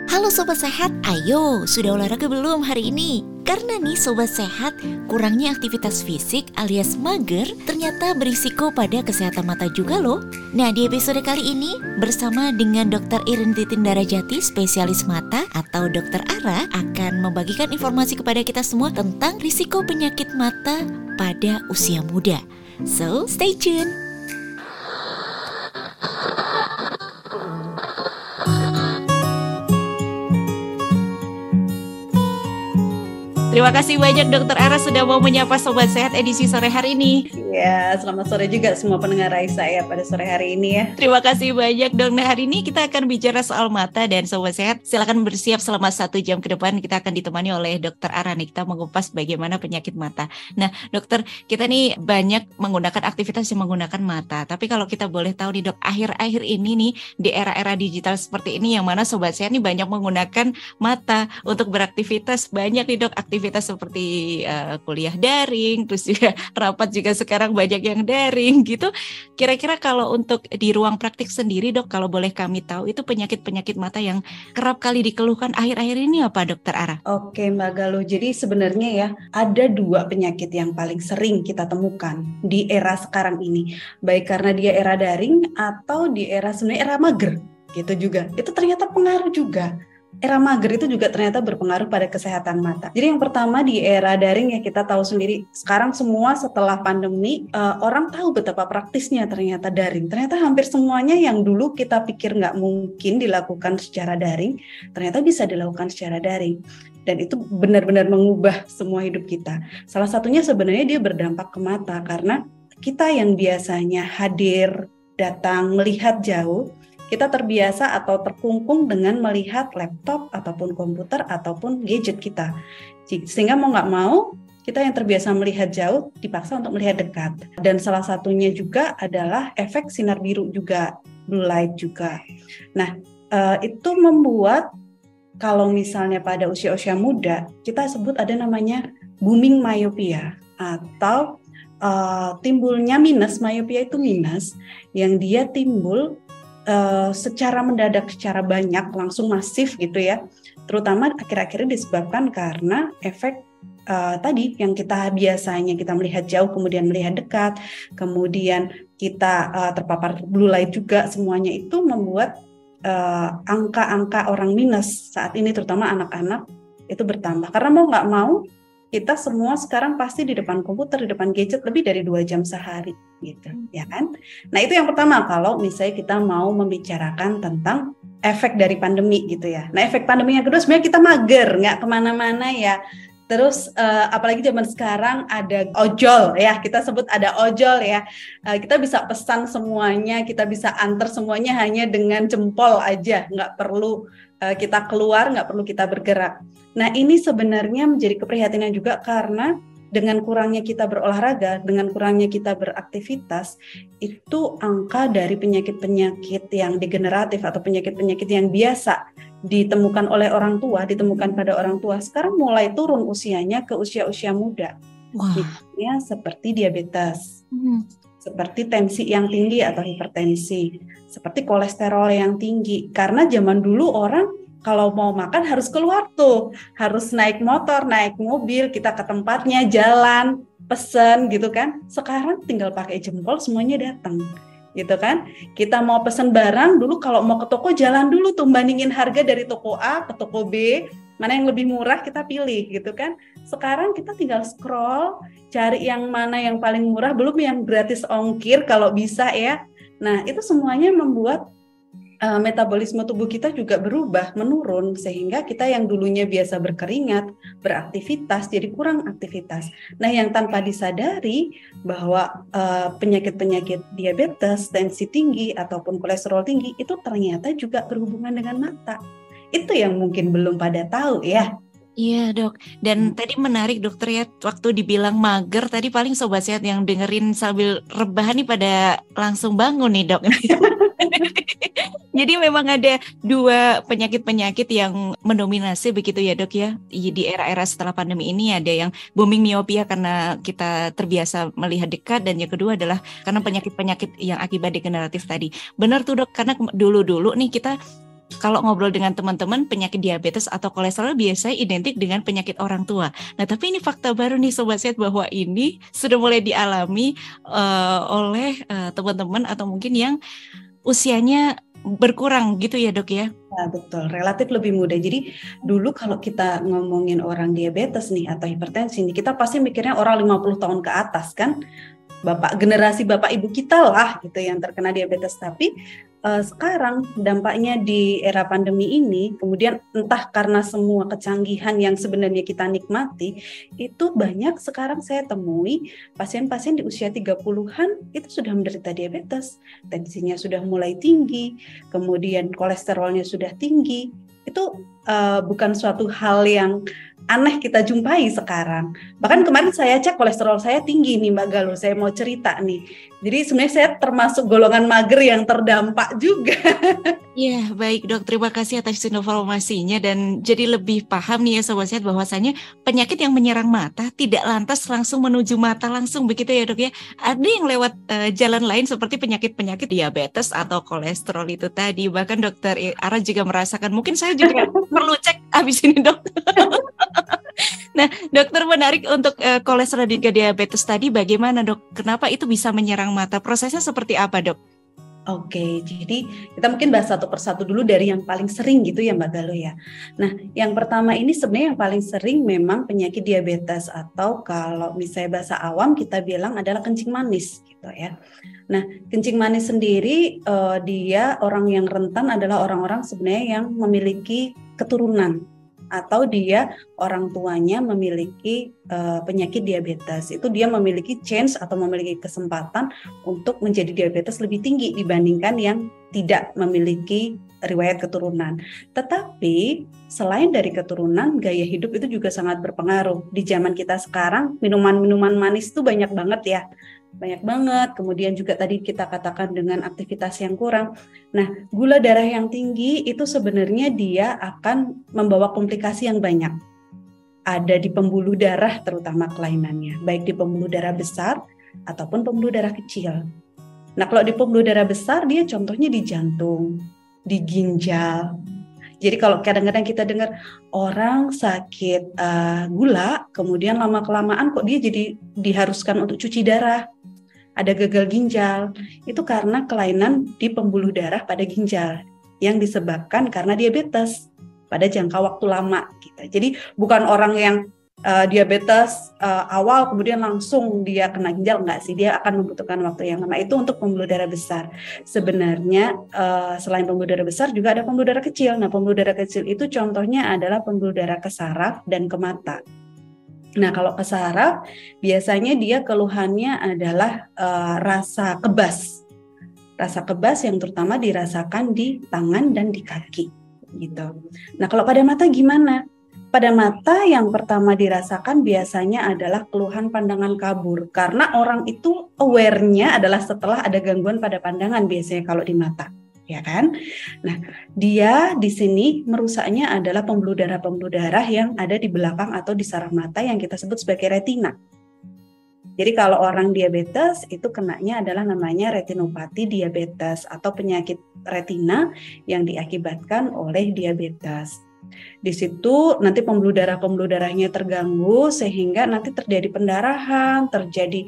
Halo Sobat Sehat, ayo sudah olahraga belum hari ini? Karena nih Sobat Sehat, kurangnya aktivitas fisik alias mager ternyata berisiko pada kesehatan mata juga loh. Nah di episode kali ini bersama dengan Dr. Irin Titin Darajati, spesialis mata atau Dr. Ara akan membagikan informasi kepada kita semua tentang risiko penyakit mata pada usia muda. So stay tune! Terima kasih banyak Dr. Ara sudah mau menyapa Sobat Sehat edisi sore hari ini. Ya, selamat sore juga semua pendengar Raisa ya pada sore hari ini ya. Terima kasih banyak Dok. Nah hari ini kita akan bicara soal mata dan Sobat Sehat silakan bersiap selama 1 jam ke depan kita akan ditemani oleh Dr. Ara nih. Kita mengupas bagaimana penyakit mata. Nah dokter, kita nih banyak menggunakan aktivitas yang menggunakan mata. Tapi kalau kita boleh tahu nih Dok, akhir-akhir ini nih di era-era digital seperti ini yang mana Sobat Sehat nih banyak menggunakan mata untuk beraktivitas. Banyak nih Dok aktivitas seperti kuliah daring, terus juga rapat juga sekarang banyak yang daring gitu. Kira-kira kalau untuk di ruang praktik sendiri Dok, kalau boleh kami tahu itu penyakit-penyakit mata yang kerap kali dikeluhkan akhir-akhir ini apa Dokter Ara? Oke Mbak Galuh, jadi sebenarnya ya ada 2 penyakit yang paling sering kita temukan di era sekarang ini. Baik karena dia era daring atau di era sebenarnya era mager gitu juga. Itu ternyata pengaruh juga. Era mager itu juga ternyata berpengaruh pada kesehatan mata. Jadi yang pertama di era daring ya kita tahu sendiri sekarang semua setelah pandemi orang tahu betapa praktisnya ternyata daring. Ternyata hampir semuanya yang dulu kita pikir nggak mungkin dilakukan secara daring, ternyata bisa dilakukan secara daring. Dan itu benar-benar mengubah semua hidup kita. Salah satunya sebenarnya dia berdampak ke mata karena kita yang biasanya hadir, datang, melihat jauh, kita terbiasa atau terkungkung dengan melihat laptop ataupun komputer ataupun gadget kita. Sehingga mau nggak mau, kita yang terbiasa melihat jauh dipaksa untuk melihat dekat. Dan salah satunya juga adalah efek sinar biru juga, blue light juga. Nah, itu membuat kalau misalnya pada usia-usia muda, kita sebut ada namanya booming myopia atau timbulnya minus, myopia itu minus, yang dia timbul secara mendadak, secara banyak, langsung masif gitu ya. Terutama akhir-akhirnya disebabkan karena efek tadi yang kita biasanya kita melihat jauh kemudian melihat dekat, kemudian kita terpapar blue light juga, semuanya itu membuat angka-angka orang minus saat ini terutama anak-anak itu bertambah. Karena mau nggak mau kita semua sekarang pasti di depan komputer, di depan gadget lebih dari 2 jam sehari gitu, ya kan? Nah itu yang pertama kalau misalnya kita mau membicarakan tentang efek dari pandemi gitu ya. Nah efek pandemi yang kedua sebenarnya kita mager, nggak kemana-mana ya. Terus apalagi zaman sekarang ada ojol ya, kita sebut ada ojol ya. Kita bisa pesan semuanya, kita bisa antar semuanya hanya dengan jempol aja, nggak perlu kita keluar, nggak perlu kita bergerak. Nah ini sebenarnya menjadi keprihatinan juga karena dengan kurangnya kita berolahraga, dengan kurangnya kita beraktivitas, itu angka dari penyakit-penyakit yang degeneratif atau penyakit-penyakit yang biasa ditemukan oleh orang tua, ditemukan pada orang tua, sekarang mulai turun usianya ke usia-usia muda. Misalnya seperti diabetes, seperti tensi yang tinggi atau hipertensi, seperti kolesterol yang tinggi. Karena zaman dulu orang kalau mau makan harus keluar tuh, harus naik motor, naik mobil, kita ke tempatnya, jalan, pesen gitu kan. Sekarang tinggal pakai jempol semuanya datang. Gitu kan, kita mau pesen barang dulu kalau mau ke toko jalan dulu tuh bandingin harga dari toko A ke toko B, mana yang lebih murah kita pilih gitu kan. Sekarang kita tinggal scroll cari yang mana yang paling murah, belum yang gratis ongkir kalau bisa ya. Nah itu semuanya membuat metabolisme tubuh kita juga berubah, menurun, sehingga kita yang dulunya biasa berkeringat, beraktivitas, jadi kurang aktivitas. Nah, yang tanpa disadari bahwa penyakit-penyakit diabetes, tensi tinggi, ataupun kolesterol tinggi, itu ternyata juga berhubungan dengan mata. Itu yang mungkin belum pada tahu ya. Iya Dok, dan tadi menarik dokter ya, waktu dibilang mager, tadi paling Sobat Sehat yang dengerin sambil rebahan nih pada langsung bangun nih Dok. Jadi memang ada 2 penyakit-penyakit yang mendominasi begitu ya Dok ya. Di era-era setelah pandemi ini ada yang booming miopia karena kita terbiasa melihat dekat, dan yang kedua adalah karena penyakit-penyakit yang akibat degeneratif tadi. Benar tuh Dok, karena dulu-dulu nih kita kalau ngobrol dengan teman-teman, penyakit diabetes atau kolesterol biasanya identik dengan penyakit orang tua. Nah, tapi ini fakta baru nih Sobat Sehat bahwa ini sudah mulai dialami oleh teman-teman atau mungkin yang usianya berkurang gitu ya dok ya? Nah, betul, relatif lebih muda. Jadi dulu kalau kita ngomongin orang diabetes nih atau hipertensi nih, kita pasti mikirnya orang 50 tahun ke atas kan, generasi bapak ibu kita lah gitu yang terkena diabetes. Tapi sekarang dampaknya di era pandemi ini, kemudian entah karena semua kecanggihan yang sebenarnya kita nikmati, itu banyak sekarang saya temui pasien-pasien di usia 30-an itu sudah menderita diabetes, tensinya sudah mulai tinggi, kemudian kolesterolnya sudah tinggi. Itu bukan suatu hal yang aneh kita jumpai sekarang. Bahkan kemarin saya cek kolesterol saya tinggi nih Mbak Galuh, saya mau cerita nih. Jadi sebenarnya saya termasuk golongan mager yang terdampak juga. Iya, baik dok. Terima kasih atas informasinya dan jadi lebih paham nih ya Sobat Sehat bahwasanya penyakit yang menyerang mata tidak lantas langsung menuju mata langsung begitu ya dok ya. Ada yang lewat jalan lain seperti penyakit-penyakit diabetes atau kolesterol itu tadi. Bahkan dokter Ara juga merasakan, mungkin saya juga perlu cek abis ini dok. Nah, dokter menarik untuk kolesterol dan diabetes tadi bagaimana dok? Kenapa itu bisa menyerang mata? Prosesnya seperti apa dok? Oke, jadi kita mungkin bahas satu persatu dulu dari yang paling sering gitu ya Mbak Galuh ya. Nah, yang pertama ini sebenarnya yang paling sering memang penyakit diabetes atau kalau misalnya bahasa awam kita bilang adalah kencing manis gitu ya. Nah, kencing manis sendiri dia orang yang rentan adalah orang-orang sebenarnya yang memiliki keturunan atau dia orang tuanya memiliki penyakit diabetes. Itu dia memiliki chance atau memiliki kesempatan untuk menjadi diabetes lebih tinggi dibandingkan yang tidak memiliki riwayat keturunan. Tetapi selain dari keturunan, gaya hidup itu juga sangat berpengaruh. Di zaman kita sekarang, minuman-minuman manis itu banyak banget ya. Banyak banget, kemudian juga tadi kita katakan dengan aktivitas yang kurang. Nah, gula darah yang tinggi itu sebenarnya dia akan membawa komplikasi yang banyak. Ada di pembuluh darah terutama kelainannya, baik di pembuluh darah besar ataupun pembuluh darah kecil. Nah, kalau di pembuluh darah besar dia contohnya di jantung, di ginjal. Jadi kalau kadang-kadang kita dengar orang sakit gula, kemudian lama-kelamaan kok dia jadi diharuskan untuk cuci darah, ada gagal ginjal, itu karena kelainan di pembuluh darah pada ginjal yang disebabkan karena diabetes pada jangka waktu lama. Gitu. Jadi bukan orang yang diabetes awal kemudian langsung dia kena ginjal, enggak sih, dia akan membutuhkan waktu yang lama. Itu untuk pembuluh darah besar. Sebenarnya selain pembuluh darah besar juga ada pembuluh darah kecil. Nah, pembuluh darah kecil itu contohnya adalah pembuluh darah ke saraf dan ke mata. Nah, kalau ke saraf biasanya dia keluhannya adalah rasa kebas. Rasa kebas yang terutama dirasakan di tangan dan di kaki gitu. Nah, kalau pada mata gimana? Pada mata yang pertama dirasakan biasanya adalah keluhan pandangan kabur, karena orang itu aware-nya adalah setelah ada gangguan pada pandangan biasanya kalau di mata, ya kan? Nah, dia di sini merusaknya adalah pembuluh darah yang ada di belakang atau di saraf mata yang kita sebut sebagai retina. Jadi kalau orang diabetes itu kenanya adalah namanya retinopati diabetes atau penyakit retina yang diakibatkan oleh diabetes. Di situ nanti pembuluh darahnya terganggu sehingga nanti terjadi pendarahan, terjadi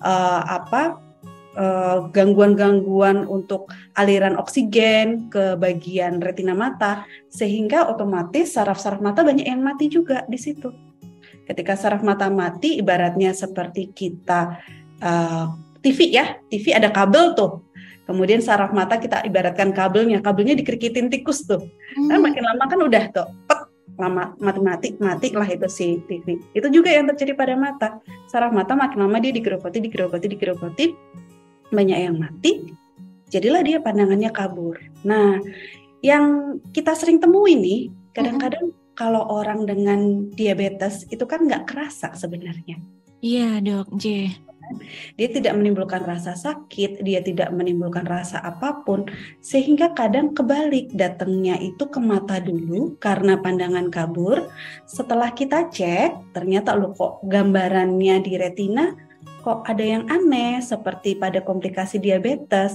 gangguan-gangguan untuk aliran oksigen ke bagian retina mata, sehingga otomatis saraf-saraf mata banyak yang mati juga di situ. Ketika saraf mata mati, ibaratnya seperti kita TV ya, TV ada kabel tuh. Kemudian saraf mata kita ibaratkan kabelnya dikerikitin tikus tuh. Nah, makin lama kan udah tuh, lama mati lah itu si TV. Itu juga yang terjadi pada mata. Saraf mata makin lama dia digerogoti, banyak yang mati. Jadilah dia pandangannya kabur. Nah, yang kita sering temui nih, kadang-kadang kalau orang dengan diabetes itu kan nggak kerasa sebenarnya. Iya dok, J. Dia tidak menimbulkan rasa sakit, dia tidak menimbulkan rasa apapun, sehingga kadang kebalik, datangnya itu ke mata dulu karena pandangan kabur. Setelah kita cek, ternyata loh kok gambarannya di retina kok ada yang aneh seperti pada komplikasi diabetes.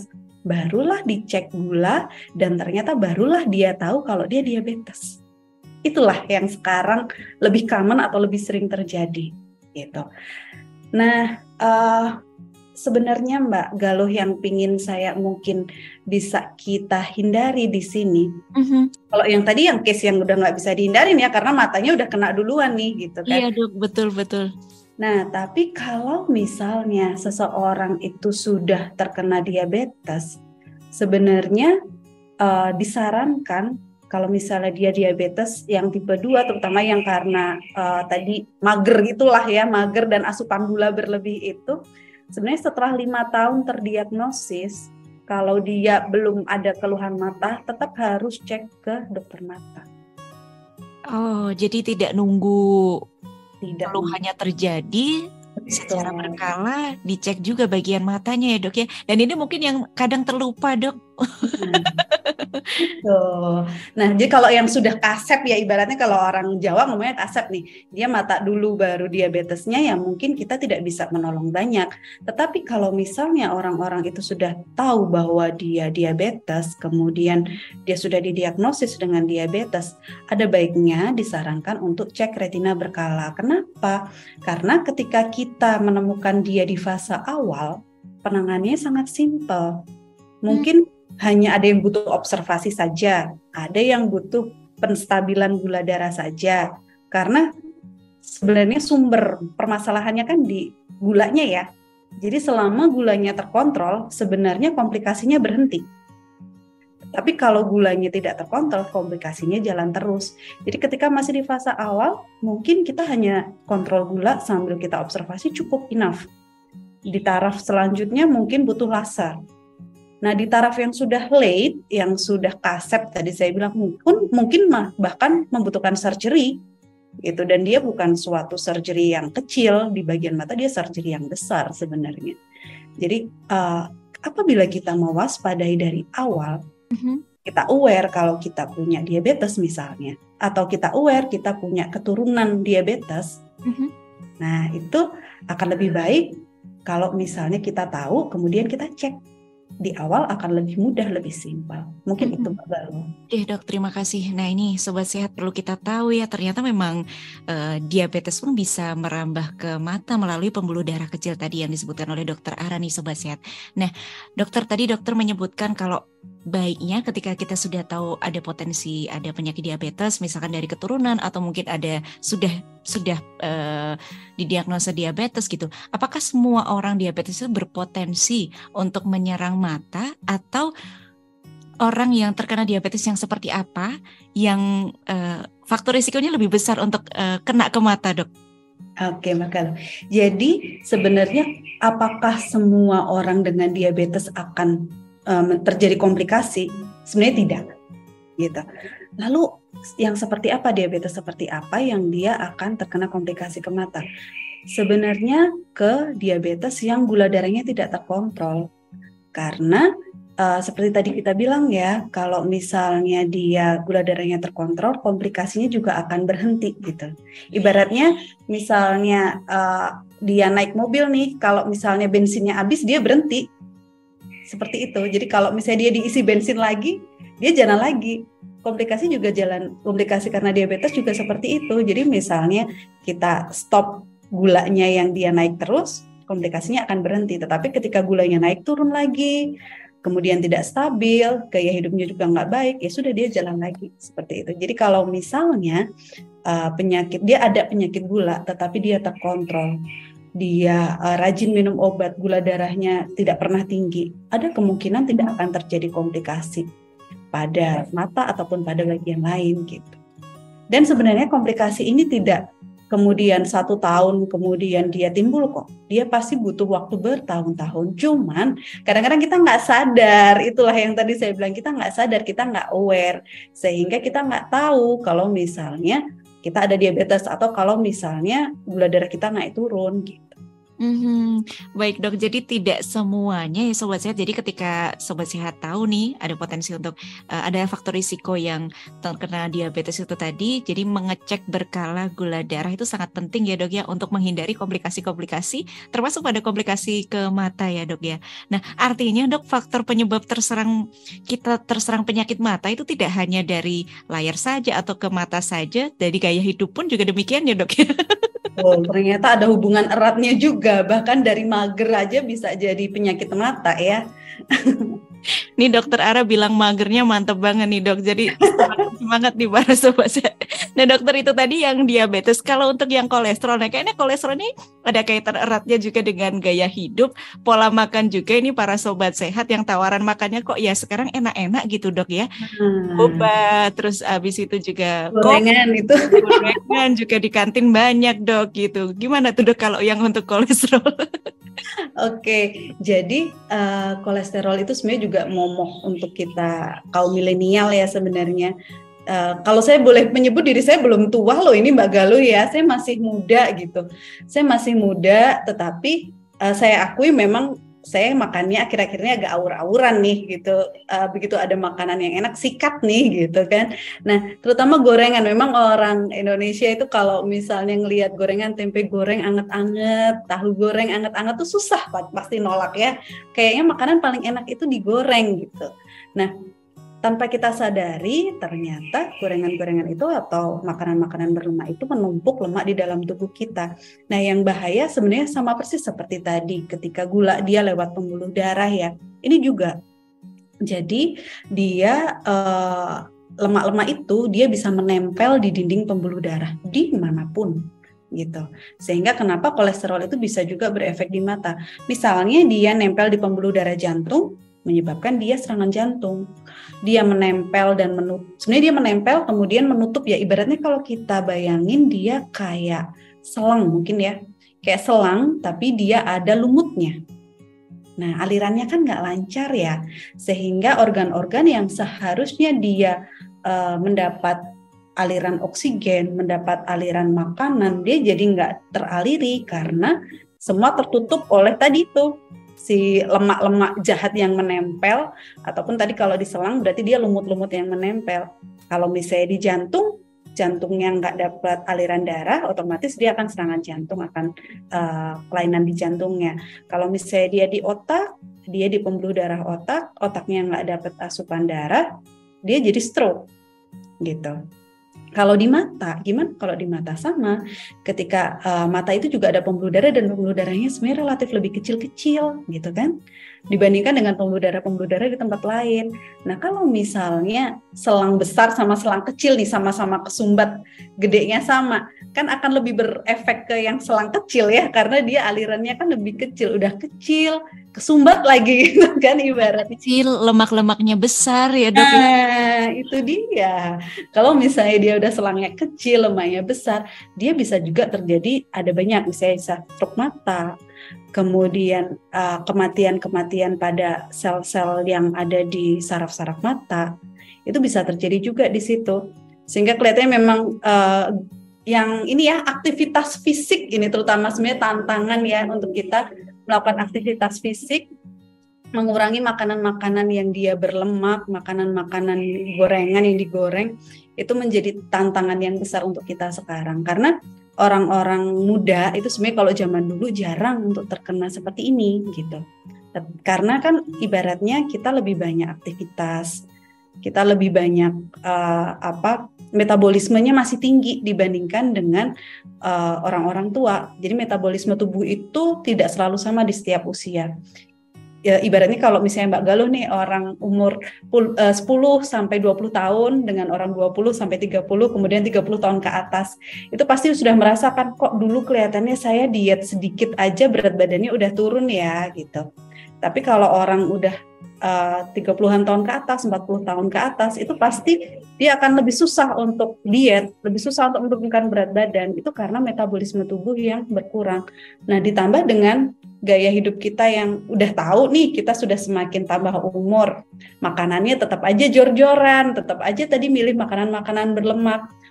barulah dicek gula dan ternyata barulah dia tahu kalau dia diabetes. Itulah yang sekarang lebih common atau lebih sering terjadi gitu. Nah, sebenarnya Mbak Galuh yang pingin saya mungkin bisa kita hindari di sini. Kalau yang tadi yang case yang udah nggak bisa dihindarin ya karena matanya udah kena duluan nih gitu kan. Iya Dok, betul. Nah, tapi kalau misalnya seseorang itu sudah terkena diabetes, sebenarnya disarankan kalau misalnya dia diabetes yang tipe 2, terutama yang karena tadi mager gitulah ya, mager dan asupan gula berlebih itu, sebenarnya setelah 5 tahun terdiagnosis, kalau dia belum ada keluhan mata, tetap harus cek ke dokter mata. Oh, jadi tidak nunggu Tidak keluhannya terjadi, secara berkala dicek juga bagian matanya ya Dok ya. Dan ini mungkin yang kadang terlupa Dok. Nah, jadi kalau yang sudah kasep ya ibaratnya kalau orang Jawa ngomongnya kasep nih, dia mata dulu baru diabetesnya ya mungkin kita tidak bisa menolong banyak. Tetapi kalau misalnya orang-orang itu sudah tahu bahwa dia diabetes, kemudian dia sudah didiagnosis dengan diabetes, ada baiknya disarankan untuk cek retina berkala. Kenapa? Karena ketika kita menemukan dia di fase awal, penanganannya sangat simpel. Mungkin hanya ada yang butuh observasi saja, ada yang butuh penstabilan gula darah saja. Karena sebenarnya sumber permasalahannya kan di gulanya ya. Jadi selama gulanya terkontrol, sebenarnya komplikasinya berhenti. Tapi kalau gulanya tidak terkontrol, komplikasinya jalan terus. Jadi ketika masih di fase awal, mungkin kita hanya kontrol gula sambil kita observasi cukup enough. Di taraf selanjutnya mungkin butuh laser. Nah, di taraf yang sudah late, yang sudah kasep tadi saya bilang mungkin bahkan membutuhkan surgery gitu, dan dia bukan suatu surgery yang kecil di bagian mata, dia surgery yang besar sebenarnya. Jadi apabila kita mewaspadai dari awal, kita aware kalau kita punya diabetes misalnya, atau kita aware kita punya keturunan diabetes, nah itu akan lebih baik kalau misalnya kita tahu kemudian kita cek. Di awal akan lebih mudah, lebih simpel. Mungkin itu Mbak Galuh. Dok, terima kasih. Nah ini Sobat Sehat perlu kita tahu ya, ternyata memang diabetes pun bisa merambah ke mata melalui pembuluh darah kecil tadi yang disebutkan oleh Dokter Ara nih Sobat Sehat. Nah dokter menyebutkan kalau baiknya ketika kita sudah tahu ada potensi ada penyakit diabetes, misalkan dari keturunan atau mungkin ada sudah didiagnosa diabetes gitu. Apakah semua orang diabetes itu berpotensi untuk menyerang mata, atau orang yang terkena diabetes yang seperti apa yang faktor risikonya lebih besar untuk kena ke mata, Dok? Oke, Mbak. Jadi sebenarnya apakah semua orang dengan diabetes akan terjadi komplikasi? Sebenarnya tidak, gitu. Lalu yang seperti apa diabetes seperti apa yang dia akan terkena komplikasi ke mata? Sebenarnya ke diabetes yang gula darahnya tidak terkontrol. Karena seperti tadi kita bilang ya, kalau misalnya dia gula darahnya terkontrol, komplikasinya juga akan berhenti gitu. Ibaratnya misalnya dia naik mobil nih, kalau misalnya bensinnya habis dia berhenti. Seperti itu. Jadi kalau misalnya dia diisi bensin lagi, dia jalan lagi. Komplikasi juga jalan, komplikasi karena diabetes juga seperti itu. Jadi misalnya kita stop gulanya yang dia naik terus, komplikasinya akan berhenti. Tetapi ketika gulanya naik turun lagi, kemudian tidak stabil, gaya hidupnya juga nggak baik, ya sudah dia jalan lagi seperti itu. Jadi kalau misalnya dia ada penyakit gula, tetapi dia terkontrol, dia rajin minum obat, gula darahnya tidak pernah tinggi, ada kemungkinan tidak akan terjadi komplikasi pada mata ataupun pada bagian lain gitu. Dan sebenarnya komplikasi ini tidak kemudian 1 tahun kemudian dia timbul kok. Dia pasti butuh waktu bertahun-tahun. Cuman kadang-kadang kita nggak sadar. Itulah yang tadi saya bilang, kita nggak sadar, kita nggak aware. Sehingga kita nggak tahu kalau misalnya kita ada diabetes atau kalau misalnya gula darah kita naik turun gitu. Baik dok, jadi tidak semuanya ya Sobat Sehat. Jadi ketika Sobat Sehat tahu nih ada potensi untuk ada faktor risiko yang terkena diabetes itu tadi, jadi mengecek berkala gula darah itu sangat penting ya dok ya untuk menghindari komplikasi-komplikasi, termasuk pada komplikasi ke mata ya dok ya. Nah artinya dok, faktor penyebab kita terserang penyakit mata itu tidak hanya dari layar saja atau ke mata saja, dari gaya hidup pun juga demikian ya dok ya. Oh, ternyata ada hubungan eratnya juga, bahkan dari mager aja bisa jadi penyakit mata ya. Nih dokter Ara bilang magernya mantep banget nih dok. Jadi semangat nih para sobat sehat. Nah dokter, itu tadi yang diabetes. Kalau untuk yang kolesterol, nah kayaknya kolesterol ini ada kaitan eratnya juga dengan gaya hidup, pola makan juga ini para sobat sehat yang tawaran makannya kok ya sekarang enak-enak gitu dok ya. Boba, terus abis itu juga Gorengan itu. gorengan juga di kantin banyak dok gitu. Gimana tuh dok kalau yang untuk kolesterol? Oke, jadi kolesterol itu sebenarnya juga momok untuk kita kaum milenial ya sebenarnya. Kalau saya boleh menyebut diri saya belum tua loh ini Mbak Galuh ya, saya masih muda gitu. Saya masih muda, tetapi saya akui memang saya makannya akhir-akhirnya agak awur-awuran nih gitu. Begitu ada makanan yang enak sikat nih gitu kan. Nah terutama gorengan, memang orang Indonesia itu kalau misalnya ngelihat gorengan, tempe goreng anget-anget, tahu goreng anget-anget tuh susah pasti nolak ya. Kayaknya makanan paling enak itu digoreng gitu. Nah tanpa kita sadari ternyata gorengan-gorengan itu atau makanan-makanan berlemak itu menumpuk lemak di dalam tubuh kita. Nah yang bahaya sebenarnya sama persis seperti tadi ketika gula dia lewat pembuluh darah ya. Ini juga. Jadi dia lemak-lemak itu dia bisa menempel di dinding pembuluh darah dimanapun gitu. Sehingga kenapa kolesterol itu bisa juga berefek di mata. Misalnya dia nempel di pembuluh darah jantung, menyebabkan dia serangan jantung. Dia menempel dan menutup. Sebenarnya dia menempel kemudian menutup ya. Ibaratnya kalau kita bayangin dia kayak selang mungkin ya. Kayak selang tapi dia ada lumutnya. Nah alirannya kan nggak lancar ya. Sehingga organ-organ yang seharusnya dia mendapat aliran oksigen, mendapat aliran makanan, dia jadi nggak teraliri karena semua tertutup oleh tadi itu. Si lemak-lemak jahat yang menempel, ataupun tadi kalau di selang berarti dia lumut-lumut yang menempel. Kalau misalnya di jantung, jantungnya nggak dapat aliran darah, otomatis dia akan serangan jantung, akan kelainan di jantungnya. Kalau misalnya dia di otak, dia di pembuluh darah otak, otaknya nggak dapat asupan darah, dia jadi stroke gitu. Kalau di mata, gimana? Kalau di mata sama, ketika mata itu juga ada pembuluh darah dan pembuluh darahnya sebenarnya relatif lebih kecil-kecil, gitu kan? Dibandingkan dengan pembuluh darah di tempat lain. Nah, kalau misalnya selang besar sama selang kecil nih sama-sama kesumbat, gedenya sama, kan akan lebih berefek ke yang selang kecil ya, karena dia alirannya kan lebih kecil, udah kecil, kesumbat lagi gitu kan ibaratnya. Kecil, lemak-lemaknya besar ya dok. Nah, itu dia. Kalau misalnya dia udah selangnya kecil, lemaknya besar, dia bisa juga terjadi ada banyak misalnya stroke mata, kemudian kematian-kematian pada sel-sel yang ada di saraf-saraf mata. Itu bisa terjadi juga di situ. Sehingga kelihatannya memang yang ini ya aktivitas fisik ini terutama sebenarnya tantangan ya untuk kita melakukan aktivitas fisik, mengurangi makanan-makanan yang dia berlemak, makanan-makanan gorengan yang digoreng, itu menjadi tantangan yang besar untuk kita sekarang. Karena orang-orang muda itu sebenarnya kalau zaman dulu jarang untuk terkena seperti ini gitu. Karena kan ibaratnya kita lebih banyak aktivitas, kita lebih banyak metabolismenya masih tinggi dibandingkan dengan orang-orang tua. Jadi metabolisme tubuh itu tidak selalu sama di setiap usia. Ya, ibaratnya kalau misalnya Mbak Galuh nih orang umur 10 sampai 20 tahun dengan orang 20 sampai 30 kemudian 30 tahun ke atas, itu pasti sudah merasakan kok dulu kelihatannya saya diet sedikit aja berat badannya udah turun ya gitu. Tapi kalau orang udah 30-an tahun ke atas, 40 tahun ke atas, itu pasti dia akan lebih susah untuk diet, lebih susah untuk menurunkan berat badan. Itu karena metabolisme tubuh yang berkurang. Nah, ditambah dengan gaya hidup kita yang udah tahu nih, kita sudah semakin tambah umur, makanannya tetap aja jor-joran, tetap aja tadi milih makanan-makanan berlemak,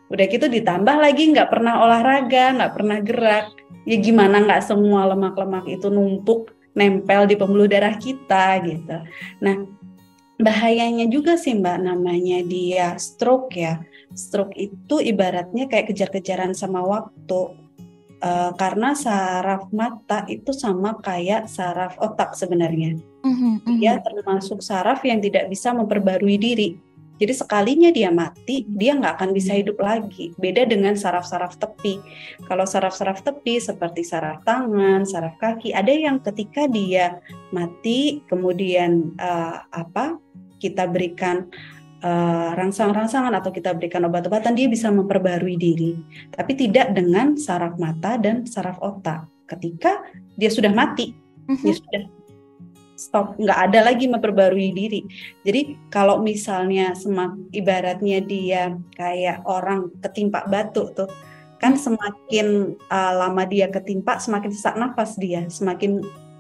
Udah gitu ditambah lagi nggak pernah olahraga, nggak pernah gerak. Ya gimana nggak semua lemak-lemak itu numpuk, nempel di pembuluh darah kita gitu. Nah, bahayanya juga sih Mbak, namanya dia stroke ya. Stroke itu ibaratnya kayak kejar-kejaran sama waktu. Karena saraf mata itu sama kayak saraf otak sebenarnya. Dia termasuk saraf yang tidak bisa memperbarui diri. Jadi sekalinya dia mati, dia nggak akan bisa hidup lagi. Beda dengan saraf-saraf tepi. Kalau saraf-saraf tepi seperti saraf tangan, saraf kaki, ada yang ketika dia mati, kemudian kita berikan rangsang-rangsangan atau kita berikan obat-obatan, dia bisa memperbarui diri. Tapi tidak dengan saraf mata dan saraf otak. Ketika dia sudah mati, dia sudah stop, nggak ada lagi memperbarui diri. Jadi kalau misalnya ibaratnya dia kayak orang ketimpa batu tuh, kan semakin lama dia ketimpa, semakin sesak nafas dia, semakin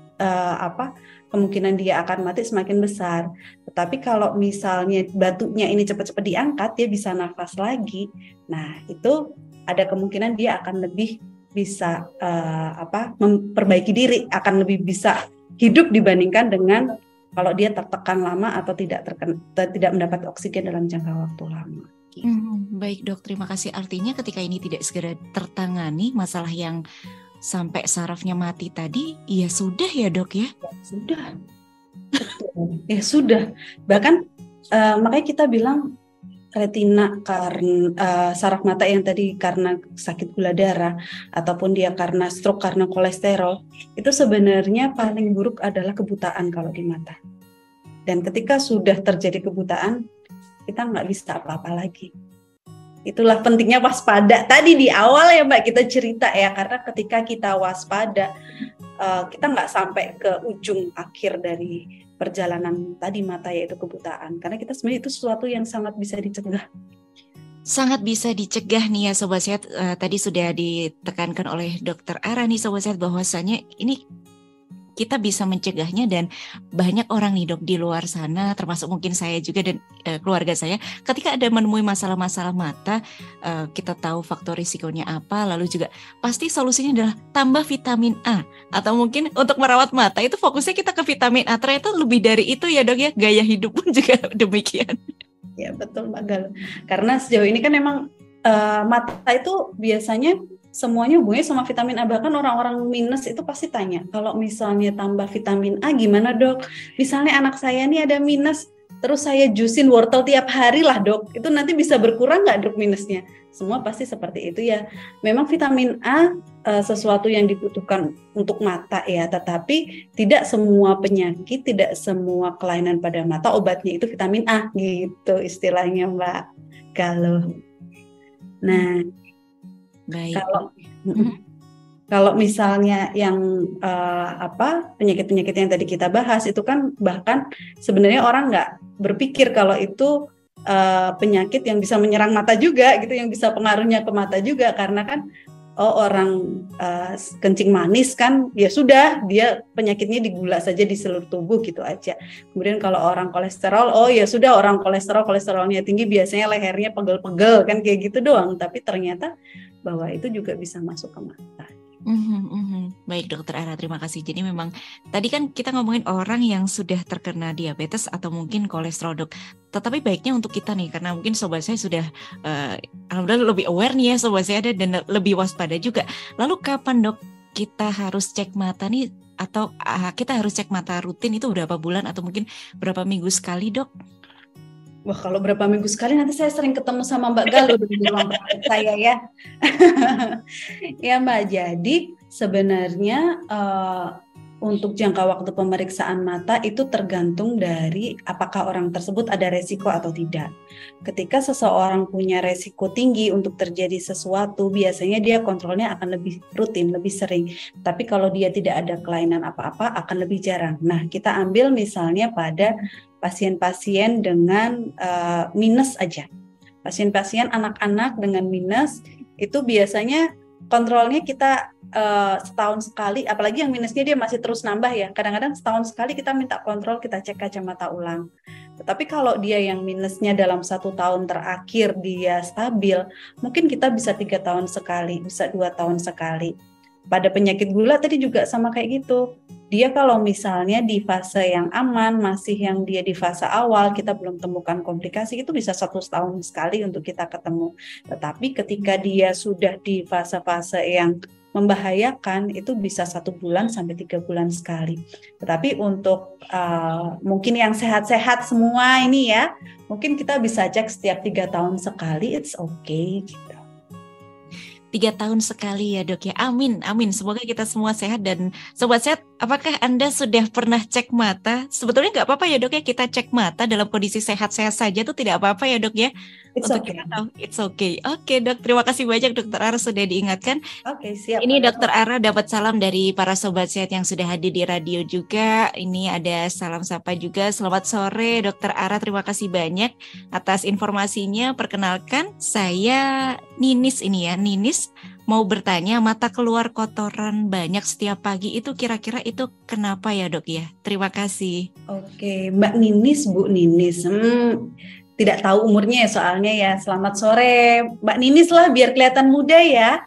kemungkinan dia akan mati semakin besar. Tetapi kalau misalnya batunya ini cepat-cepat diangkat, dia bisa nafas lagi. Nah, itu ada kemungkinan dia akan lebih bisa memperbaiki diri, akan lebih bisa hidup dibandingkan dengan kalau dia tertekan lama atau tidak mendapat oksigen dalam jangka waktu lama. Baik dok, terima kasih. Artinya ketika ini tidak segera tertangani, masalah yang sampai sarafnya mati tadi, ya sudah ya dok ya? Ya sudah, ya sudah. Bahkan makanya kita bilang retina karena saraf mata yang tadi karena sakit gula darah ataupun dia karena stroke karena kolesterol, itu sebenarnya paling buruk adalah kebutaan kalau di mata. Dan ketika sudah terjadi kebutaan, kita nggak bisa apa-apa lagi. Itulah pentingnya waspada. Tadi di awal ya Mbak kita cerita ya, karena ketika kita waspada, kita nggak sampai ke ujung akhir dari perjalanan tadi mata, yaitu kebutaan. Karena kita sebenarnya itu sesuatu yang sangat bisa dicegah. Sangat bisa dicegah nih ya Sobat Sehat. Tadi sudah ditekankan oleh Dr. Ara nih Sobat Sehat, bahwasanya ini kita bisa mencegahnya, dan banyak orang nih dok di luar sana, termasuk mungkin saya juga dan keluarga saya, ketika ada menemui masalah-masalah mata, kita tahu faktor risikonya apa, lalu juga pasti solusinya adalah tambah vitamin A, atau mungkin untuk merawat mata itu fokusnya kita ke vitamin A. Ternyata lebih dari itu ya dok ya, gaya hidup pun juga demikian. Ya betul Mbak Gal, karena sejauh ini kan memang mata itu biasanya semuanya hubungannya sama vitamin A. Bahkan orang-orang minus itu pasti tanya, kalau misalnya tambah vitamin A gimana dok? Misalnya anak saya nih ada minus, terus saya jusin wortel tiap hari lah dok, itu nanti bisa berkurang nggak dok minusnya? Semua pasti seperti itu ya. Memang vitamin A sesuatu yang dibutuhkan untuk mata ya, tetapi tidak semua penyakit, tidak semua kelainan pada mata obatnya itu vitamin A gitu istilahnya Mbak Galuh. Nah, baik. Kalau misalnya yang penyakit-penyakit yang tadi kita bahas itu kan bahkan sebenarnya orang nggak berpikir kalau itu penyakit yang bisa menyerang mata juga gitu, yang bisa pengaruhnya ke mata juga, karena kan orang kencing manis kan ya sudah, dia penyakitnya di gula saja di seluruh tubuh gitu aja. Kemudian kalau orang kolesterol, ya sudah, orang kolesterolnya tinggi biasanya lehernya pegel-pegel kan, kayak gitu doang. Tapi ternyata bahwa itu juga bisa masuk ke mata. Baik dokter Ara, terima kasih. Jadi memang tadi kan kita ngomongin orang yang sudah terkena diabetes atau mungkin kolesterol dok. Tetapi baiknya untuk kita nih, karena mungkin sobat saya sudah alhamdulillah lebih aware nih ya sobat saya, dan lebih waspada juga. Lalu kapan dok kita harus cek mata nih, atau kita harus cek mata rutin itu berapa bulan atau mungkin berapa minggu sekali dok? Wah, kalau berapa minggu sekali nanti saya sering ketemu sama Mbak Galuh di ruang praktek saya ya. Ya Mbak, jadi sebenarnya untuk jangka waktu pemeriksaan mata itu tergantung dari apakah orang tersebut ada resiko atau tidak. Ketika seseorang punya resiko tinggi untuk terjadi sesuatu, biasanya dia kontrolnya akan lebih rutin, lebih sering. Tapi kalau dia tidak ada kelainan apa-apa, akan lebih jarang. Nah, kita ambil misalnya pada pasien-pasien dengan minus aja. Pasien-pasien anak-anak dengan minus itu biasanya kontrolnya kita setahun sekali, apalagi yang minusnya dia masih terus nambah ya. Kadang-kadang setahun sekali kita minta kontrol, kita cek kacamata ulang. Tetapi kalau dia yang minusnya dalam 1 tahun terakhir dia stabil, mungkin kita bisa 3 tahun sekali, bisa 2 tahun sekali. Pada penyakit gula tadi juga sama kayak gitu. Dia kalau misalnya di fase yang aman, masih yang dia di fase awal, kita belum temukan komplikasi, itu bisa 1 tahun sekali untuk kita ketemu. Tetapi ketika dia sudah di fase-fase yang membahayakan, itu bisa 1 bulan sampai 3 bulan sekali. Tetapi untuk mungkin yang sehat-sehat semua ini ya, mungkin kita bisa cek setiap 3 tahun sekali, it's okay gitu. 3 tahun sekali ya dok ya. Amin, amin. Semoga kita semua sehat. Dan sobat sehat, apakah Anda sudah pernah cek mata? Sebetulnya nggak apa-apa ya dok ya, kita cek mata dalam kondisi sehat-sehat saja tuh tidak apa-apa ya dok ya. It's Untuk okay. kita tahu, it's okay. Oke dok, terima kasih banyak dokter Ara sudah diingatkan. Oke, siap. Ini dokter Ara dapat salam dari para sobat sehat yang sudah hadir di radio juga. Ini ada salam sapa juga. Selamat sore dokter Ara, terima kasih banyak atas informasinya. Perkenalkan, saya Ninis ini ya, Ninis. Mau bertanya, mata keluar kotoran banyak setiap pagi itu kira-kira itu kenapa ya dok ya? Terima kasih. Oke, Mbak Ninis, Bu Ninis. Tidak tahu umurnya ya soalnya ya. Selamat sore, Mbak Ninis lah biar kelihatan muda ya.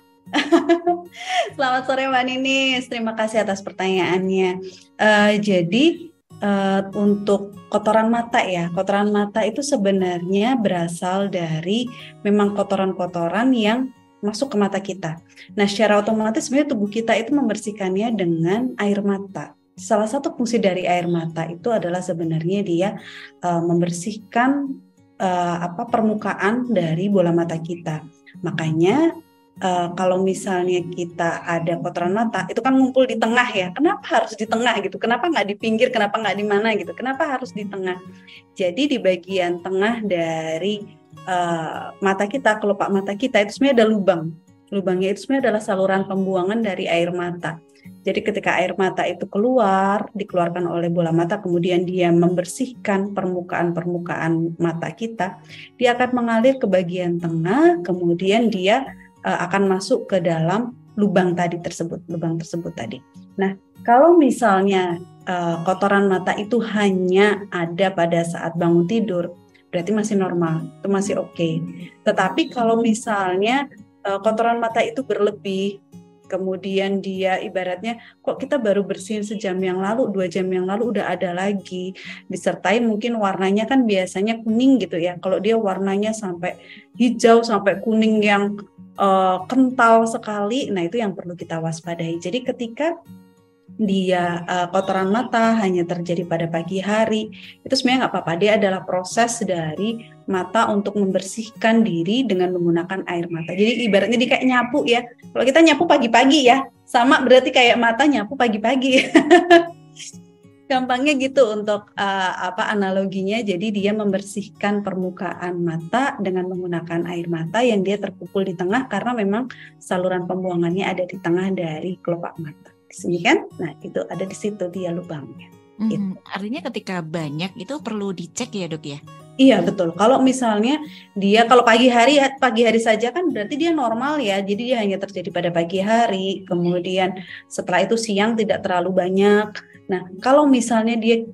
Selamat sore Mbak Ninis, terima kasih atas pertanyaannya. Jadi untuk kotoran mata ya, kotoran mata itu sebenarnya berasal dari memang kotoran-kotoran yang masuk ke mata kita. Nah, secara otomatis sebenarnya tubuh kita itu membersihkannya dengan air mata. Salah satu fungsi dari air mata itu adalah sebenarnya dia membersihkan permukaan dari bola mata kita. Makanya kalau misalnya kita ada kotoran mata, itu kan ngumpul di tengah ya. Kenapa harus di tengah gitu? Kenapa nggak di pinggir? Kenapa nggak di mana gitu? Kenapa harus di tengah? Jadi di bagian tengah dari mata kita, kelopak mata kita itu sebenarnya ada lubang. Lubangnya itu sebenarnya adalah saluran pembuangan dari air mata. Jadi ketika air mata itu keluar, dikeluarkan oleh bola mata, kemudian dia membersihkan permukaan mata kita, dia akan mengalir ke bagian tengah, kemudian dia akan masuk ke dalam lubang tersebut tadi. Nah, kalau misalnya kotoran mata itu hanya ada pada saat bangun tidur, berarti masih normal, itu masih oke. Tetapi kalau misalnya kotoran mata itu berlebih, kemudian dia ibaratnya kok kita baru bersihin sejam yang lalu, 2 jam yang lalu udah ada lagi, disertai mungkin warnanya kan biasanya kuning gitu ya. Kalau dia warnanya sampai hijau sampai kuning yang kental sekali, nah itu yang perlu kita waspadai. Jadi ketika dia kotoran mata hanya terjadi pada pagi hari, itu sebenarnya nggak apa-apa. Dia adalah proses dari mata untuk membersihkan diri dengan menggunakan air mata. Jadi ibaratnya dia kayak nyapu ya. Kalau kita nyapu pagi-pagi ya, sama berarti kayak mata nyapu pagi-pagi. Gampangnya gitu untuk analoginya. Jadi dia membersihkan permukaan mata dengan menggunakan air mata yang dia terkumpul di tengah karena memang saluran pembuangannya ada di tengah dari kelopak mata. Di sini kan, nah itu ada di situ dia lubangnya. Gitu. Artinya ketika banyak itu perlu dicek ya dok ya? Iya betul. Kalau misalnya dia kalau pagi hari saja kan berarti dia normal ya. Jadi dia hanya terjadi pada pagi hari. Kemudian setelah itu siang tidak terlalu banyak. Nah kalau misalnya dia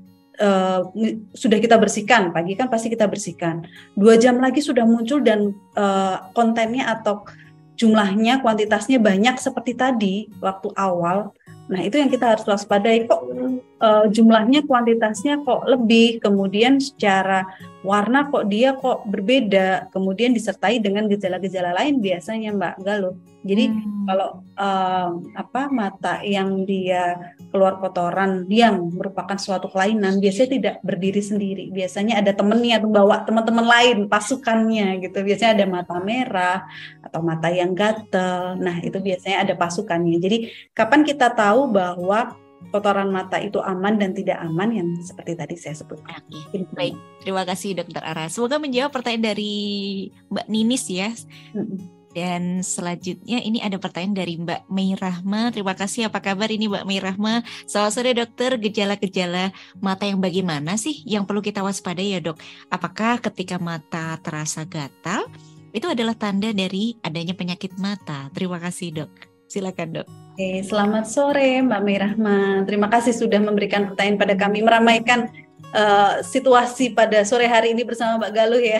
sudah kita bersihkan, pagi kan pasti kita bersihkan. 2 jam lagi sudah muncul dan kontennya atau jumlahnya, kuantitasnya banyak seperti tadi waktu awal. Nah itu yang kita harus waspadai, kok jumlahnya, kuantitasnya kok lebih, kemudian secara warna kok dia kok berbeda, kemudian disertai dengan gejala-gejala lain biasanya Mbak Galuh. Jadi kalau mata yang dia keluar kotoran yang merupakan suatu kelainan biasanya tidak berdiri sendiri, biasanya ada temennya atau bawa teman-teman lain, pasukannya gitu. Biasanya ada mata merah atau mata yang gatel. Nah itu biasanya ada pasukannya. Jadi kapan kita tahu bahwa kotoran mata itu aman dan tidak aman, yang seperti tadi saya sebutkan. Baik, terima kasih Dokter Ara. Semoga menjawab pertanyaan dari Mbak Ninis ya. Dan selanjutnya ini ada pertanyaan dari Mbak Mei Rahma. Terima kasih, apa kabar ini Mbak Mei Rahma? Selamat sore dokter, gejala-gejala mata yang bagaimana sih yang perlu kita waspadai ya dok? Apakah ketika mata terasa gatal, itu adalah tanda dari adanya penyakit mata? Terima kasih dok. Silakan dok. Oke, selamat sore Mbak Mei Rahma. Terima kasih sudah memberikan pertanyaan pada kami, meramaikan situasi pada sore hari ini bersama Mbak Galuh ya.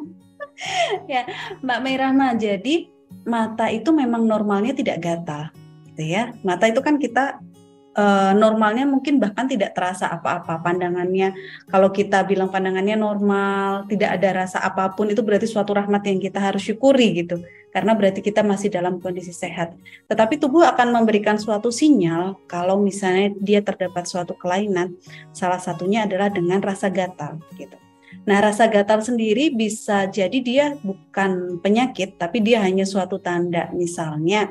Ya, Mbak Mai Rahma, jadi mata itu memang normalnya tidak gatal, gitu ya. Mata itu kan kita normalnya mungkin bahkan tidak terasa apa-apa pandangannya. Kalau kita bilang pandangannya normal, tidak ada rasa apapun, itu berarti suatu rahmat yang kita harus syukuri gitu. Karena berarti kita masih dalam kondisi sehat. Tetapi tubuh akan memberikan suatu sinyal kalau misalnya dia terdapat suatu kelainan. Salah satunya adalah dengan rasa gatal gitu. Nah, rasa gatal sendiri bisa jadi dia bukan penyakit, tapi dia hanya suatu tanda. Misalnya,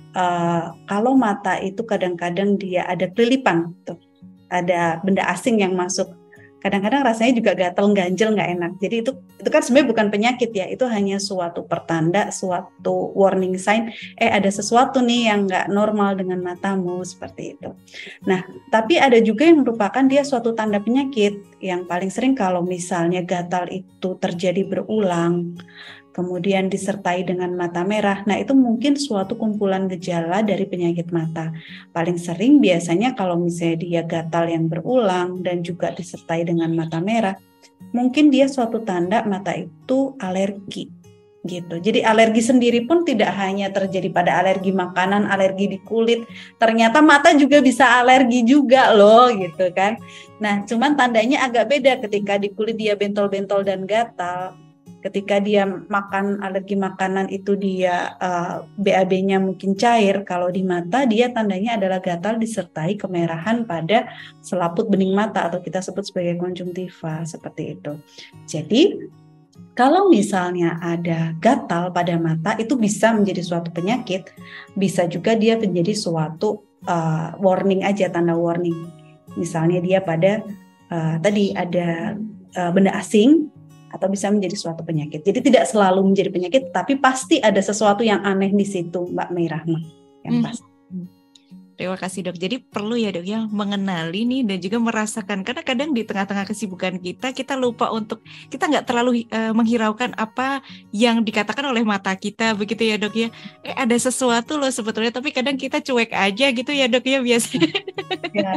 kalau mata itu kadang-kadang dia ada kelilipan, tuh, ada benda asing yang masuk. Kadang-kadang rasanya juga gatal, ganjel, nggak enak. Jadi itu kan sebenarnya bukan penyakit ya, itu hanya suatu pertanda, suatu warning sign. Ada sesuatu nih yang nggak normal dengan matamu seperti itu. Nah, tapi ada juga yang merupakan dia suatu tanda penyakit. Yang paling sering kalau misalnya gatal itu terjadi berulang, kemudian disertai dengan mata merah. Nah, itu mungkin suatu kumpulan gejala dari penyakit mata. Paling sering biasanya kalau misalnya dia gatal yang berulang dan juga disertai dengan mata merah, mungkin dia suatu tanda mata itu alergi gitu. Jadi alergi sendiri pun tidak hanya terjadi pada alergi makanan, alergi di kulit. Ternyata mata juga bisa alergi juga loh gitu kan. Nah, cuman tandanya agak beda ketika di kulit dia bentol-bentol dan gatal. Ketika dia makan alergi makanan itu dia BAB-nya mungkin cair. Kalau di mata dia tandanya adalah gatal disertai kemerahan pada selaput bening mata atau kita sebut sebagai konjungtiva seperti itu. Jadi kalau misalnya ada gatal pada mata itu bisa menjadi suatu penyakit, bisa juga dia menjadi suatu warning aja, tanda warning. Misalnya dia pada tadi ada benda asing, atau bisa menjadi suatu penyakit. Jadi tidak selalu menjadi penyakit, tapi pasti ada sesuatu yang aneh di situ, Mbak Mai Rahma. Yang pasti. Terima kasih dok. Jadi perlu ya dok ya mengenali nih dan juga merasakan. Karena kadang di tengah-tengah kesibukan kita lupa untuk, kita nggak terlalu menghiraukan apa yang dikatakan oleh mata kita, begitu ya dok ya. Ada sesuatu loh sebetulnya, tapi kadang kita cuek aja gitu ya dok ya biasanya. Ya.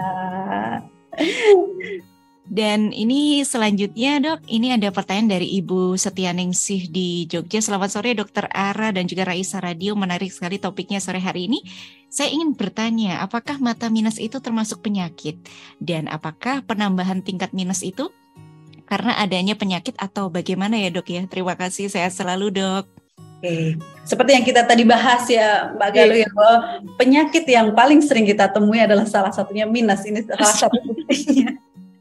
Dan ini selanjutnya dok, ini ada pertanyaan dari Ibu Setianingsih di Jogja. Selamat sore Dokter Ara dan juga Raisa Radio, menarik sekali topiknya sore hari ini. Saya ingin bertanya, apakah mata minus itu termasuk penyakit? Dan apakah penambahan tingkat minus itu karena adanya penyakit atau bagaimana ya dok ya? Terima kasih, sehat selalu dok. Oke. Seperti yang kita tadi bahas ya Mbak Galuh ya, bahwa penyakit yang paling sering kita temui adalah salah satunya minus. Ini salah satu buktinya.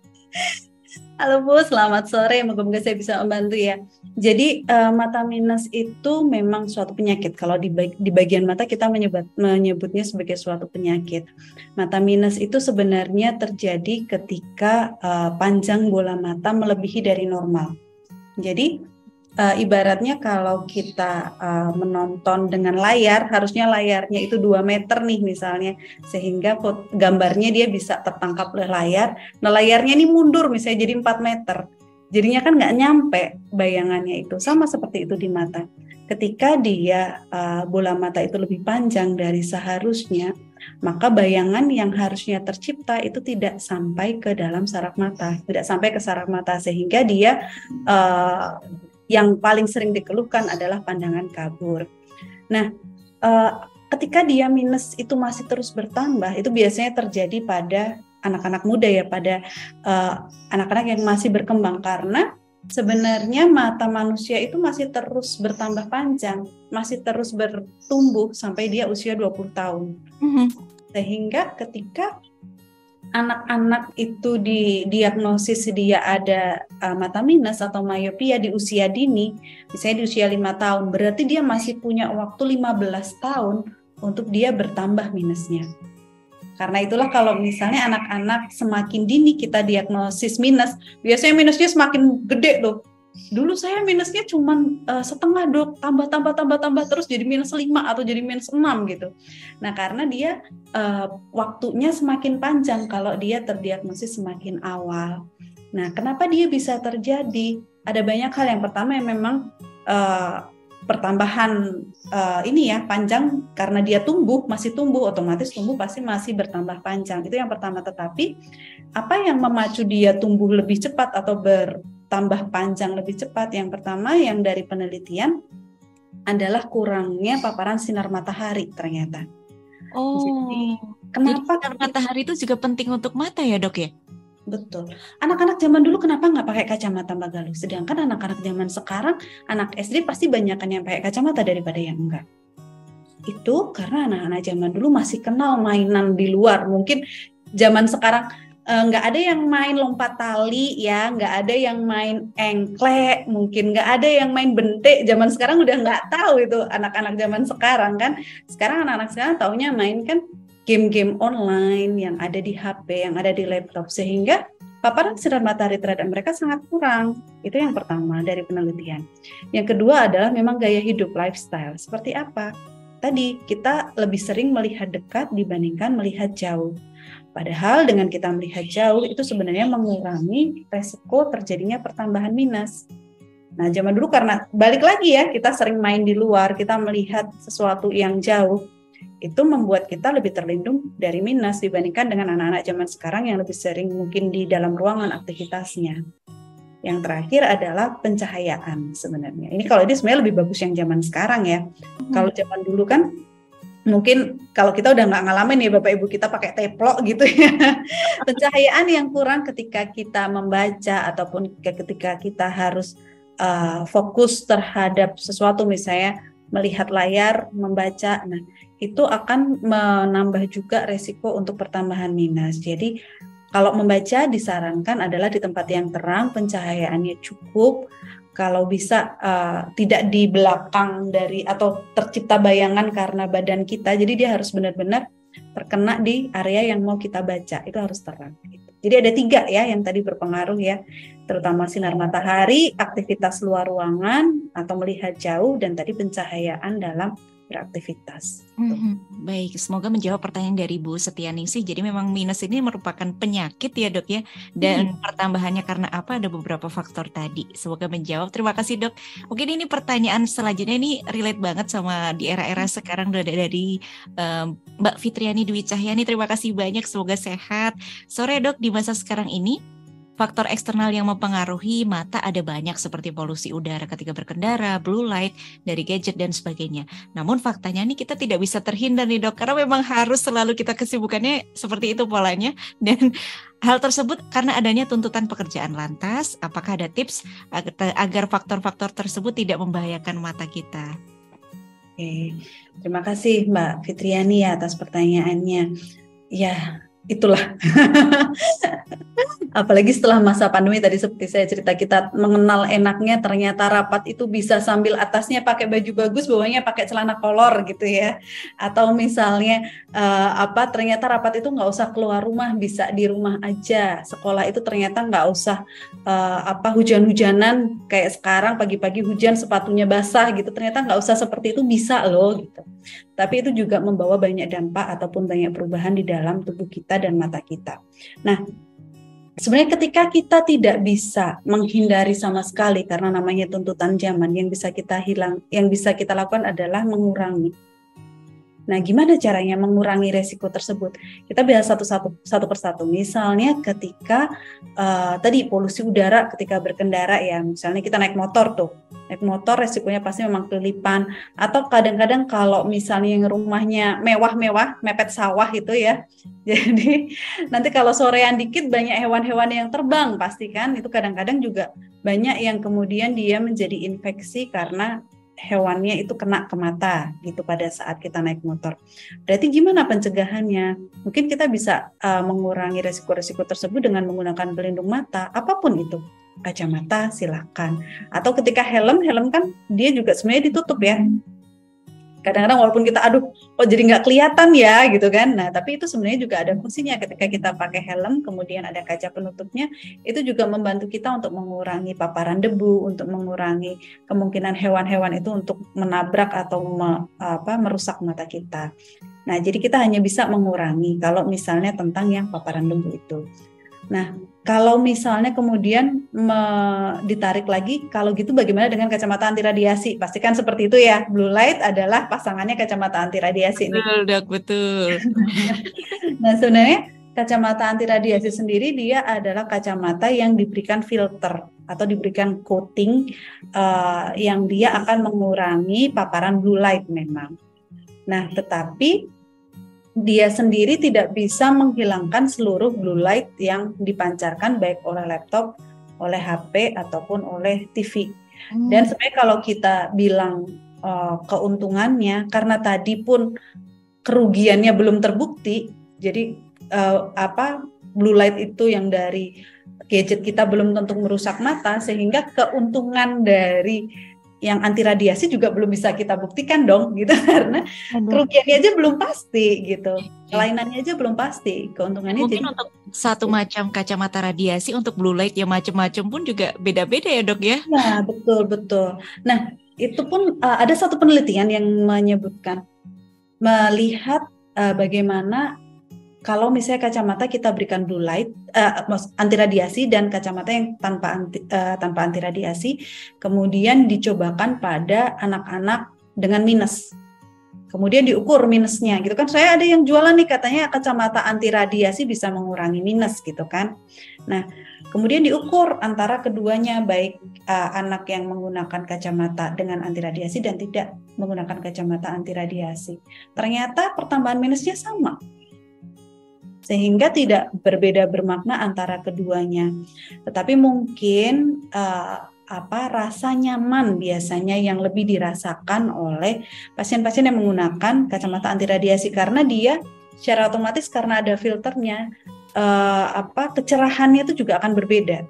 Halo Bu, selamat sore. Moga-moga saya bisa membantu ya. Jadi mata minus itu memang suatu penyakit. Kalau di bagian mata kita menyebutnya sebagai suatu penyakit. Mata minus itu sebenarnya terjadi ketika panjang bola mata melebihi dari normal. Jadi ibaratnya kalau kita menonton dengan layar, harusnya layarnya itu 2 meter nih misalnya, sehingga gambarnya dia bisa tertangkap oleh layar. Nah layarnya ini mundur misalnya jadi 4 meter, jadinya kan nggak nyampe bayangannya itu. Sama seperti itu di mata. Ketika dia bola mata itu lebih panjang dari seharusnya, maka bayangan yang harusnya tercipta itu tidak sampai ke dalam saraf mata, tidak sampai ke saraf mata, sehingga dia yang paling sering dikeluhkan adalah pandangan kabur. Nah, ketika dia minus itu masih terus bertambah, itu biasanya terjadi pada anak-anak muda ya, pada anak-anak yang masih berkembang, karena sebenarnya mata manusia itu masih terus bertambah panjang, masih terus bertumbuh sampai dia usia 20 tahun. Sehingga ketika anak-anak itu didiagnosis dia ada mata minus atau myopia di usia dini, misalnya di usia 5 tahun, berarti dia masih punya waktu 15 tahun untuk dia bertambah minusnya. Karena itulah kalau misalnya anak-anak semakin dini kita diagnosis minus, biasanya minusnya semakin gede loh. Dulu saya minusnya cuma setengah dok, tambah terus jadi minus 5 atau jadi minus 6 gitu. Nah karena dia waktunya semakin panjang kalau dia terdiagnosis semakin awal. Nah kenapa dia bisa terjadi? Ada banyak hal. Yang pertama yang memang pertambahan ini ya panjang, karena dia masih tumbuh, otomatis tumbuh pasti masih bertambah panjang. Itu yang pertama. Tetapi apa yang memacu dia tumbuh lebih cepat atau bertambah panjang lebih cepat? Yang pertama yang dari penelitian adalah kurangnya paparan sinar matahari ternyata. Jadi kenapa sinar matahari itu juga penting untuk mata ya dok ya? Betul. Anak-anak zaman dulu kenapa nggak pakai kacamata Mbak Galuh? Sedangkan anak-anak zaman sekarang, anak SD pasti banyakan yang pakai kacamata daripada yang enggak. Itu karena anak-anak zaman dulu masih kenal mainan di luar. Mungkin zaman sekarang nggak ada yang main lompat tali ya, nggak ada yang main engklek, mungkin nggak ada yang main bentik. Zaman sekarang udah nggak tahu itu anak-anak zaman sekarang kan. Sekarang anak-anak sekarang taunya main kan game-game online yang ada di HP, yang ada di laptop, sehingga paparan sinar matahari terhadap mereka sangat kurang. Itu yang pertama dari penelitian. Yang kedua adalah memang gaya hidup, lifestyle. Seperti apa? Tadi kita lebih sering melihat dekat dibandingkan melihat jauh. Padahal dengan kita melihat jauh itu sebenarnya mengurangi resiko terjadinya pertambahan minus. Nah, zaman dulu karena balik lagi ya, kita sering main di luar, kita melihat sesuatu yang jauh, itu membuat kita lebih terlindung dari minus dibandingkan dengan anak-anak zaman sekarang yang lebih sering mungkin di dalam ruangan aktivitasnya. Yang terakhir adalah pencahayaan sebenarnya. Ini kalau ini sebenarnya lebih bagus yang zaman sekarang ya. Kalau zaman dulu kan mungkin kalau kita udah nggak ngalamin ya Bapak Ibu, kita pakai teplok gitu ya. Pencahayaan yang kurang ketika kita membaca ataupun ketika kita harus fokus terhadap sesuatu, misalnya melihat layar, membaca. Nah, itu akan menambah juga resiko untuk pertambahan minus. Jadi kalau membaca disarankan adalah di tempat yang terang, pencahayaannya cukup. Kalau bisa tidak di belakang dari atau tercipta bayangan karena badan kita. Jadi dia harus benar-benar terkena di area yang mau kita baca. Itu harus terang. Jadi ada 3 ya yang tadi berpengaruh ya. Terutama sinar matahari, aktivitas luar ruangan atau melihat jauh, dan tadi pencahayaan dalam beraktivitas. Baik, semoga menjawab pertanyaan dari Bu Setianingsih. Jadi memang minus ini merupakan penyakit ya dok ya, dan pertambahannya karena apa? Ada beberapa faktor tadi. Semoga menjawab. Terima kasih dok. Mungkin ini pertanyaan selanjutnya ini relate banget sama di era-era sekarang dari Mbak Fitriani Dwi Cahyani. Terima kasih banyak. Semoga sehat. Sore dok, di masa sekarang ini faktor eksternal yang mempengaruhi mata ada banyak seperti polusi udara ketika berkendara, blue light dari gadget dan sebagainya. Namun faktanya nih kita tidak bisa terhindar nih dok, karena memang harus selalu kita kesibukannya seperti itu polanya. Dan hal tersebut karena adanya tuntutan pekerjaan. Lantas, apakah ada tips agar faktor-faktor tersebut tidak membahayakan mata kita? Oke, terima kasih Mbak Fitriani ya atas pertanyaannya. Ya, itulah. Apalagi setelah masa pandemi tadi seperti saya cerita, kita mengenal enaknya ternyata rapat itu bisa sambil atasnya pakai baju bagus, bawahnya pakai celana kolor gitu ya. Atau misalnya ternyata rapat itu nggak usah keluar rumah, bisa di rumah aja. Sekolah itu ternyata nggak usah hujan-hujanan kayak sekarang pagi-pagi hujan sepatunya basah gitu. Ternyata nggak usah seperti itu, bisa loh gitu. Tapi itu juga membawa banyak dampak ataupun banyak perubahan di dalam tubuh kita dan mata kita. Nah, sebenarnya ketika kita tidak bisa menghindari sama sekali karena namanya tuntutan zaman, yang bisa kita lakukan adalah mengurangi. Nah, gimana caranya mengurangi resiko tersebut? Kita bahas satu persatu. Misalnya ketika tadi polusi udara ketika berkendara ya, misalnya kita naik motor tuh. Naik motor resikonya pasti memang kelilipan, atau kadang-kadang kalau misalnya yang rumahnya mewah-mewah, mepet sawah gitu ya. Jadi nanti kalau sorean dikit banyak hewan-hewan yang terbang pasti kan, itu kadang-kadang juga banyak yang kemudian dia menjadi infeksi karena hewannya itu kena ke mata gitu pada saat kita naik motor. Berarti gimana pencegahannya? Mungkin kita bisa mengurangi resiko-resiko tersebut dengan menggunakan pelindung mata, apapun itu. Kacamata silakan. Atau ketika helm kan dia juga sebenarnya ditutup ya. Kadang-kadang walaupun kita jadi nggak kelihatan ya gitu kan. Nah, tapi itu sebenarnya juga ada fungsinya ketika kita pakai helm, kemudian ada kaca penutupnya, itu juga membantu kita untuk mengurangi paparan debu, untuk mengurangi kemungkinan hewan-hewan itu untuk menabrak atau merusak mata kita. Nah, jadi kita hanya bisa mengurangi kalau misalnya tentang yang paparan debu itu. Nah, kalau misalnya kemudian ditarik lagi, kalau gitu bagaimana dengan kacamata anti radiasi? Pastikan seperti itu ya. Blue light adalah pasangannya kacamata anti radiasi nih. Betul, Dok, betul. Nah, sebenarnya kacamata anti radiasi sendiri dia adalah kacamata yang diberikan filter atau diberikan coating yang dia akan mengurangi paparan blue light memang. Nah, tetapi dia sendiri tidak bisa menghilangkan seluruh blue light yang dipancarkan baik oleh laptop, oleh HP ataupun oleh TV. Dan sebenarnya kalau kita bilang keuntungannya, karena tadi pun kerugiannya belum terbukti, jadi blue light itu yang dari gadget kita belum tentu merusak mata, sehingga keuntungan dari yang anti radiasi juga belum bisa kita buktikan dong gitu, karena kerugiannya aja belum pasti gitu, kelainannya aja belum pasti, keuntungannya mungkin jadi untuk satu macam kacamata radiasi untuk blue light yang macam-macam pun juga beda-beda ya, Dok ya. Nah, betul. Nah, itu pun ada satu penelitian yang menyebutkan melihat bagaimana kalau misalnya kacamata kita berikan blue light, anti radiasi, dan kacamata yang tanpa anti radiasi, kemudian dicobakan pada anak-anak dengan minus. Kemudian diukur minusnya gitu kan. Saya ada yang jualan nih katanya kacamata anti radiasi bisa mengurangi minus gitu kan. Nah, kemudian diukur antara keduanya, baik anak yang menggunakan kacamata dengan anti radiasi dan tidak menggunakan kacamata anti radiasi. Ternyata pertambahan minusnya sama. Sehingga tidak berbeda bermakna antara keduanya. Tetapi mungkin rasa nyaman biasanya yang lebih dirasakan oleh pasien-pasien yang menggunakan kacamata anti radiasi, karena dia secara otomatis karena ada filternya, kecerahannya itu juga akan berbeda.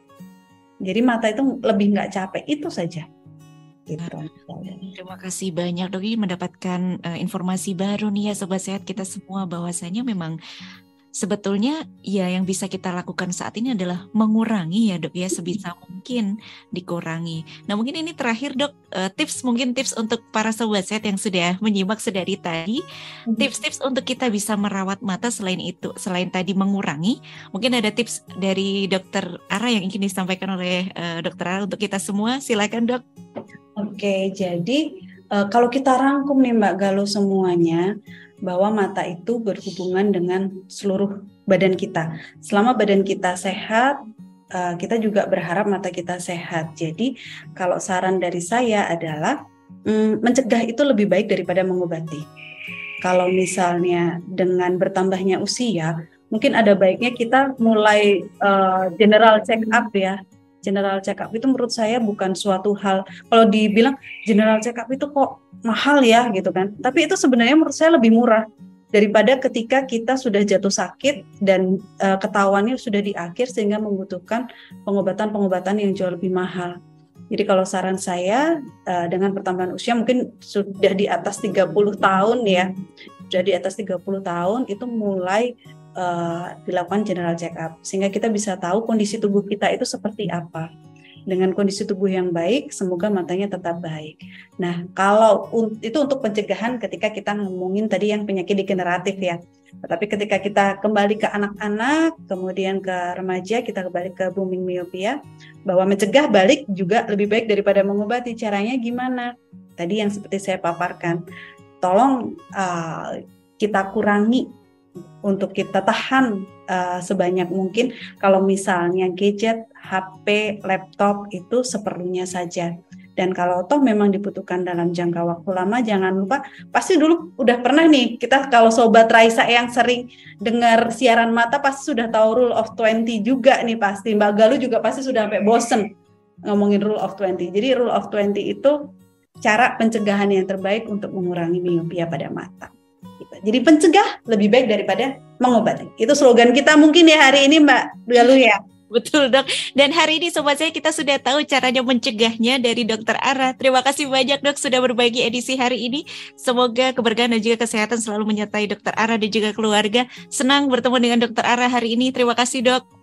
Jadi mata itu lebih nggak capek, itu saja. Gitu. Terima kasih banyak, Dok, mendapatkan informasi baru nih ya Sobat Sehat kita semua, bahwasanya memang sebetulnya ya yang bisa kita lakukan saat ini adalah mengurangi ya, Dok ya, sebisa mungkin dikurangi. Nah, mungkin ini terakhir, Dok, tips untuk para Sobat Sehat yang sudah menyimak sedari tadi, tips-tips untuk kita bisa merawat mata selain tadi mengurangi, mungkin ada tips dari Dokter Ara yang ingin disampaikan oleh Dokter Ara untuk kita semua. Silakan, Dok. Oke, jadi kalau kita rangkum nih Mbak Galuh semuanya, bahwa mata itu berhubungan dengan seluruh badan kita. Selama badan kita sehat, kita juga berharap mata kita sehat. Jadi kalau saran dari saya adalah mencegah itu lebih baik daripada mengobati. Kalau misalnya dengan bertambahnya usia, mungkin ada baiknya kita mulai general check up ya. General check up itu menurut saya bukan suatu hal, kalau dibilang general check up itu kok mahal ya gitu kan, tapi itu sebenarnya menurut saya lebih murah daripada ketika kita sudah jatuh sakit dan ketahuannya sudah di akhir sehingga membutuhkan pengobatan yang jauh lebih mahal. Jadi kalau saran saya dengan pertambahan usia mungkin sudah di atas 30 tahun ya, sudah di atas 30 tahun itu mulai dilakukan general check up sehingga kita bisa tahu kondisi tubuh kita itu seperti apa. Dengan kondisi tubuh yang baik, semoga matanya tetap baik. Nah, kalau itu untuk pencegahan ketika kita ngomongin tadi yang penyakit degeneratif ya. Tetapi ketika kita kembali ke anak-anak, kemudian ke remaja, kita kembali ke booming myopia, bahwa mencegah balik juga lebih baik daripada mengobati. Caranya gimana? Tadi yang seperti saya paparkan, tolong kita kurangi untuk kita tahan sebanyak mungkin. Kalau misalnya gadget, HP, laptop itu seperlunya saja. Dan kalau toh memang dibutuhkan dalam jangka waktu lama, jangan lupa, pasti dulu udah pernah nih, kita kalau Sobat Raisa yang sering dengar siaran mata pasti sudah tahu rule of 20 juga nih pasti. Mbak Galuh juga pasti sudah sampai bosen ngomongin rule of 20. Jadi rule of 20 itu cara pencegahan yang terbaik untuk mengurangi miopia pada mata. Jadi pencegah lebih baik daripada mengobati. Itu slogan kita mungkin ya hari ini Mbak Galuh ya. Betul, Dok. Dan hari ini Sobat saya kita sudah tahu caranya mencegahnya dari Dokter Ara. Terima kasih banyak, Dok, sudah berbagi edisi hari ini. Semoga keberkahan dan juga kesehatan selalu menyertai Dokter Ara dan juga keluarga. Senang bertemu dengan Dokter Ara hari ini. Terima kasih, Dok.